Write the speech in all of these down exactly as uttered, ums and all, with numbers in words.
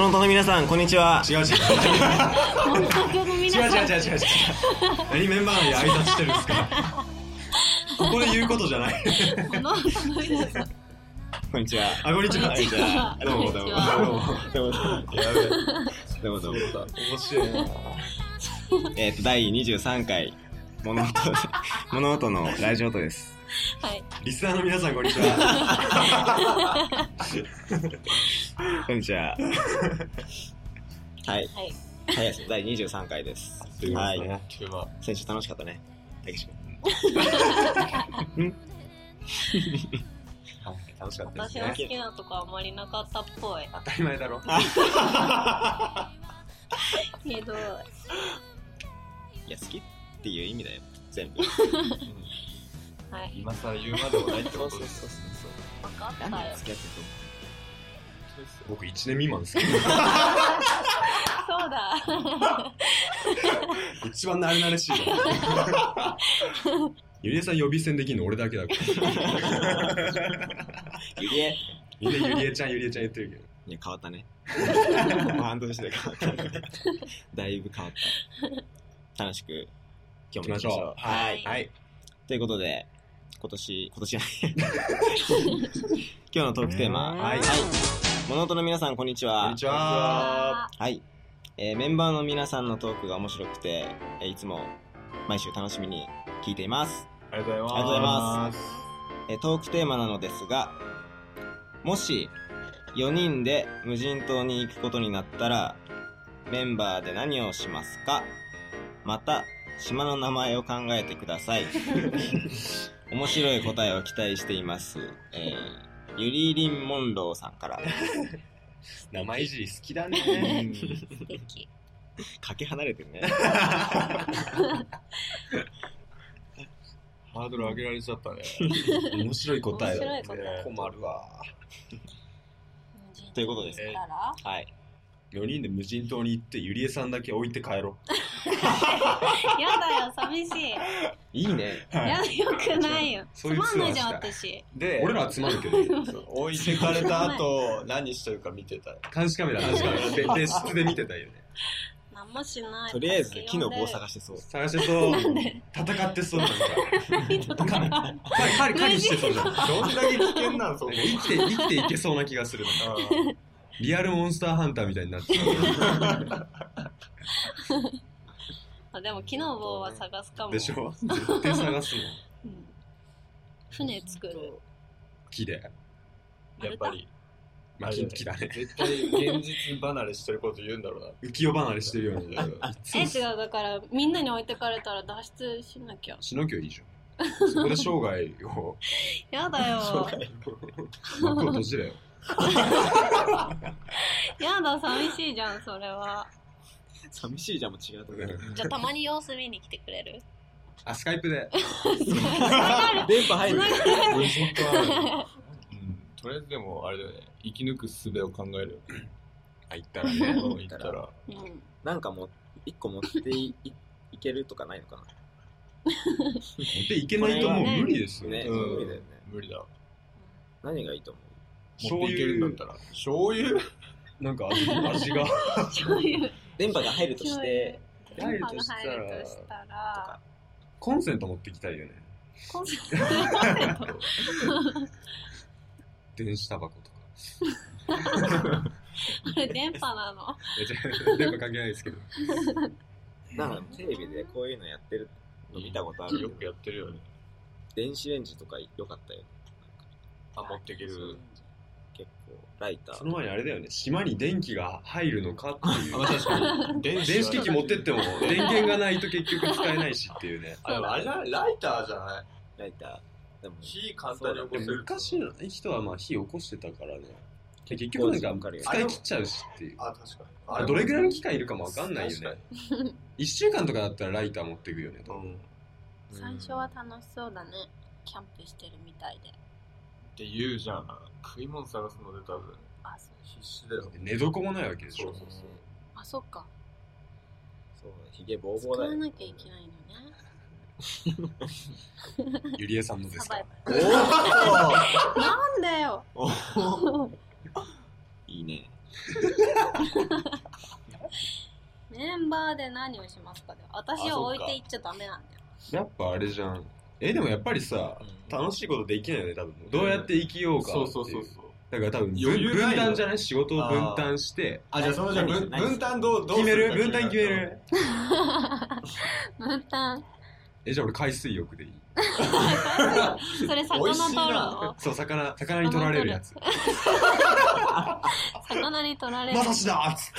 ノートの皆さんこんにちは。 違う違う違う違う違う違う違う違う何メンバーに挨拶してるんですかここで言うことじゃないモノートの皆さんこんにちは。 あ、こんにちは。 こんにちは。 どうもどうもどうもどうもやべえどうもどうも面白いな。 えっとだいにじゅうさんかいモノートモノートのラジオとです。 はい。 リスナーの皆さんこんにちは。 こんにちは。はいはい。 はい、だいにじゅうさんかいです。はい。先週楽しかったね。たけし君。うん。楽しかったですね。 私の好きなとこあんまりなかったっぽい。 当たり前だろ。 ひどい。 いや好きっていう意味だよ全部。 はい。 今更言うまでもないってことです。 そうそうそう分かったよ。 何年付き合って僕いちねん未満ですけど。 そうだ。 一番慣れ慣れしいよ。ゆりえさん予備選できるの俺だけだから。 ゆりえみんなゆりえちゃんゆりえちゃん言ってるけど。 いや変わったね。もう半年で変わった。だいぶ変わった。楽しく今日も行きましょう。 はいはい。 ということで今年今年じゃない今日のトークテーマ、 はいはい、モノートの皆さんこんにちは。 こんにちは。 はい、えー、メンバーの皆さんのトークが面白くて、えー、いつも毎週楽しみに聞いています。 ありがとうございます。 ありがとうございます。えー、トークテーマなのですが、もしよにんで無人島に行くことになったらメンバーで何をしますか。また島の名前を考えてください。面白い答えを期待しています。えー、ゆりりんモンローさんから。 名前いじり好きだね。 素敵。 かけ離れてるね。 ハードル上げられちゃったね。 面白い答えだね。 面白い答え困るわ。 ということですね。らはい。 よにんで無人島に行ってゆりえさんだけ置いて帰ろう。 やだよ、寂しい。 いいね。 いや、よくないよ。つそういうまんないじゃん、 ツアー私。 で、 俺らはつまるけど。 置いてかれた後、何してるか見てた。 監視カメラ、監視カメラで別室で見てたよね。 何もしない。 とりあえず木の棒探してそう。 探してそう。戦ってそうなんか。狩り狩りしてそうじゃん。 どんだけ危険なのそこ。 生きて生きていけそうな気がする。リアルモンスターハンターみたいになってる。 あ、でも木の棒は探すかも。 でしょ。絶対探すもん。 うん、船作る。 木で。 やっぱり。 まあ木木だね。 絶対現実離れしてること言うんだろうな。 浮世離れしてるよね。 え、違う、だからみんなに置いてかれたら脱出しなきゃ。 しなきゃいいじゃん。そこで生涯を。 やだよ。 幕を閉じれよ。 やだ、寂しいじゃん、それは。 寂しいじゃんも違うと思う。 じゃあたまに様子見に来てくれる？ あ、スカイプで。 電波入る。 本当は。とりあえずでもあれだよね。生き抜く術を考える。 あ、行ったらね。 行ったら。 うん、 なんかもう一個持って い, い, いけるとかないのかな。 持っていけないともう無理ですよね。 うん、 無理だよね。 無理だ。 何がいいと思う？ 持っていけるんだったら。醤油なんか味味が。 醤油。 電波が入るとして。 電波が入るとしたら。 コンセント持ってきたいよね。 コンセント。 電子タバコとか。 あれ電波なの？ 電波関係ないですけど。 なんかテレビでこういうのやってるの見たことある。 よくやってるよね。 電子レンジとか良かったよ。 あ、持っていける。 結構ライター。 その前にあれだよね。島に電気が入るのかっていう。 あ、確かに。 電子機器持ってっても電源がないと結局使えないしっていうね。 あ、でもあれライターじゃない？ ライター。でも火簡単に起こせる。 昔の人はまあ火起こしてたからね。結局なんか使い切っちゃうしっていう。 あ、確かに。 あれどれぐらいの機械いるかもわかんないよね。いっしゅうかんとかだったらライター持っていくよね。 最初は楽しそうだね。キャンプしてるみたいで。 って言うじゃん。食い物探すので多分。 あ、そう。 必死だよ。 寝床もないわけでしょ。 そうそうそう。 あ、そっか。 そう、ひげボーボーだよ。 使わなきゃいけないのね。 ゆりえさんのですか？ おなんだよ。 おいいね。 メンバーで何をしますかで私を置いていっちゃダメなんだよ。 やっぱあれじゃん。えでもやっぱりさ、楽しいことできないよね多分。どうやって生きようかっていう。 そうそうそうそう。 だから多分余裕ないよ分担じゃない？仕事を分担して。 あ、じゃあそのじゃあ分分担どうどう決める？ するか分担決める？ 分担。 えじゃあ俺海水浴でいい？ それ魚取るの？ そう魚魚に取られるやつ。 魚に取られる。 まさしだっつって。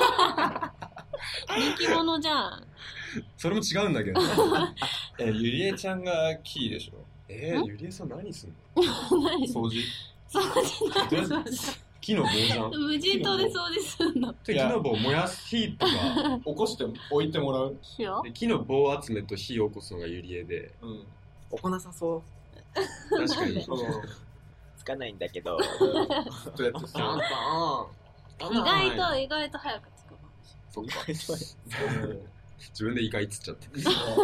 人気者じゃん。 それも違うんだけど。 え、ゆりえちゃんがキーでしょ。 えー、ゆりえさん何すんの？ 何？ 掃除。 掃除なんで木の棒じゃん。 無人島で掃除すんの？ 木の棒燃やす火とか起こして置いてもらう。 火を？ 木の棒集めと火を起こすのがゆりえで。 うん。 起こなさそう。 確かに。 つかないんだけど。 ずっとやってさ。 意外と意外と早くつくかもしそっか。 自分でイカイつっちゃって。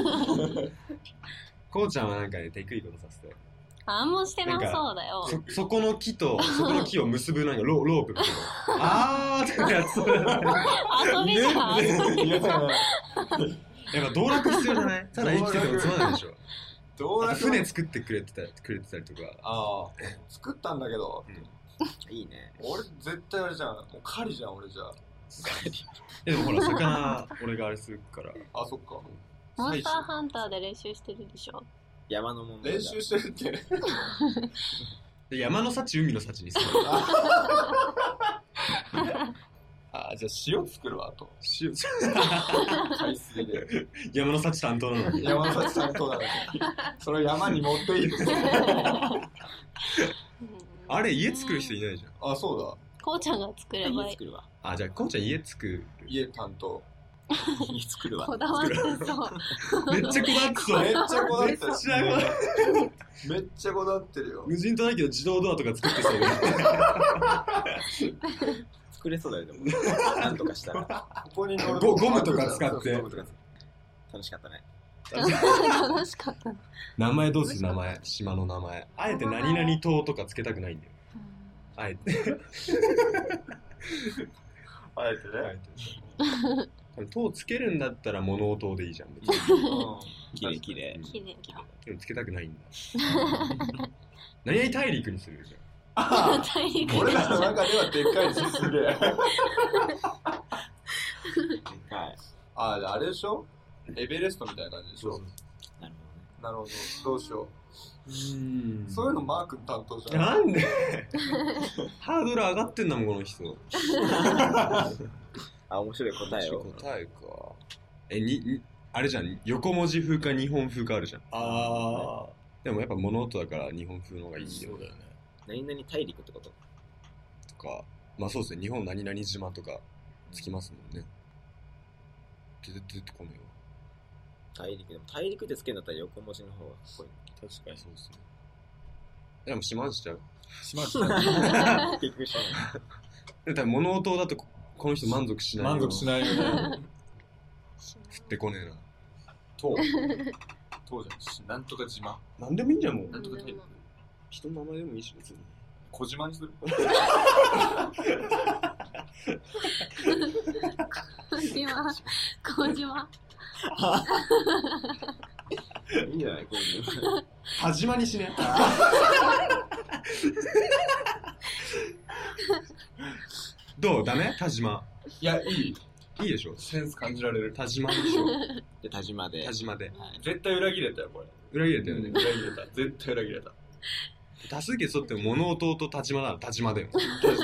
こうちゃんはなんかね、テクいことさせて。 あんましてなそうだよ。 そ、そこの木と、そこの木を結ぶなんかロロープみたいな。あーってやつ。 遊びじゃん。遊びじゃん。 やっぱ道楽必要じゃない？ただ生きててもつまんないでしょ。 道楽船作ってくれてたくれてたりとか。 ああ、作ったんだけど。 いいね。 俺絶対あれじゃん。もう狩りじゃん俺じゃ。 狩り。 でもほら魚俺があれするから。 あ、そっか。 モンスターハンターで練習してるでしょ。 山の問題。 練習してるって。 山の幸海の幸にする。 あ、じゃあ塩作るわあと。 塩。 海水で。 山の幸担当なのに。 山の幸担当なのに。それを山に持っていく。 あれ家作る人いないじゃん。 あ、そうだ。 こうちゃんが作ればいい。 作るわ。 あ、じゃあこうちゃん家作る。 家担当。 家作るわ。 こだわってそう。 めっちゃこだわってそう。 めっちゃこだわってる。 めっちゃこだわってる。 めっちゃこだわってるよ。 無人島だけど自動ドアとか作ってそう。 作れそうだよでも。なんとかしたら。 ここに乗るゴムとか使って。 楽しかったね。 楽しかった。 名前どうする？名前、島の名前。あえて何々島とかつけたくないんだよ。あえて。 あえてね。 あえて。塔つけるんだったら物音でいいじゃん。 きれいきれい。 きれい。 でもつけたくないんだ。何々大陸にするじゃん。 ああ、俺らの中ではでっかいです。すげえ。でっかい。ああ、あれでしょ？エベレストみたいな感じでしょ？ なるほど。なるほど。どうしよう。 うーん。 そういうのマー君担当じゃん。 なんでハードル上がってんだもんこの人。 あ、面白い答えを。 答えか。え、に、にあれじゃん。横文字風か日本風かあるじゃん。 ああ。 でもやっぱ物音だから日本風の方がいいよ。 そうだよね。 何々大陸ってこととか、まあそうですね。日本何々島とかつきますもんね。出て出てこねえわ。 大陸でも大陸でつけるんだったら横文字の方がかっこいい。 確かにそうですね。でも島にしちゃう。 島にしちゃう。 結局しない。 で多分物音だとこの人満足しない。 満足しないよね。 降ってこねえな。 塔。塔じゃん。なんとか島。 なんでもいいんじゃんもう。 なんとか大陸。 人の名前でもいいし別に。 小島にする？ 小島。小島。 いいんじゃないこういうの。 田島にしね。どう？ダメ？田島。 いや、いい。 いいでしょ？ センス感じられる。 田島でしょ？ で、田島で。 田島で。 絶対裏切れたよ、これ。 裏切れたよね。 裏切れた。絶対裏切れた。 多数決取っても物音と田島なら田島だよ。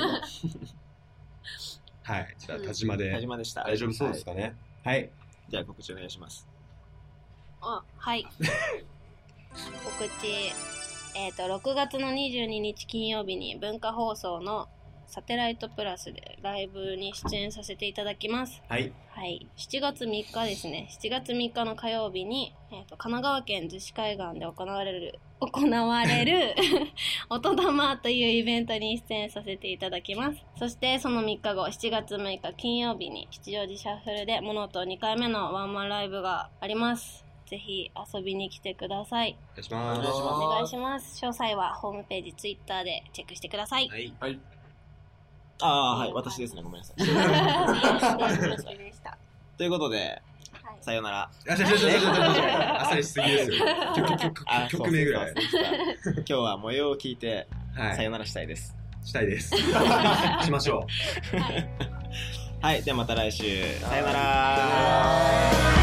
はい。じゃあ田島で。 田島でした。 大丈夫そうですかね。はい。 じゃあ告知お願いします。 あ、はい。告知。えっと、ろくがつのにじゅうににち金曜日に文化放送のサテライトプラスでライブに出演させていただきます。 はい。 はい。しちがつみっかですね。しちがつみっかの火曜日に、えっと、神奈川県逗子海岸で行われる、行われる、音玉というイベントに出演させていただきます。そしてそのみっかご、しちがつむいか金曜日に吉祥寺シャッフルでモノトにかいめのワンマンライブがあります。ぜひ遊びに来てください。 お願いします。 お願いします。詳細はホームページ、ツイッターでチェックしてください。 はい。 はい。 ああはい私ですねごめんなさい。 でした。 ということではい。 さようなら。 あ、ちょちょちょちょちょちょあっさりしすぎですよ。曲曲あ曲曲名ぐらいそう。そうそう今日は模様を聞いてはい。 さようならしたいです。 したいです。しましょう。 はいではまた来週さようなさようなら。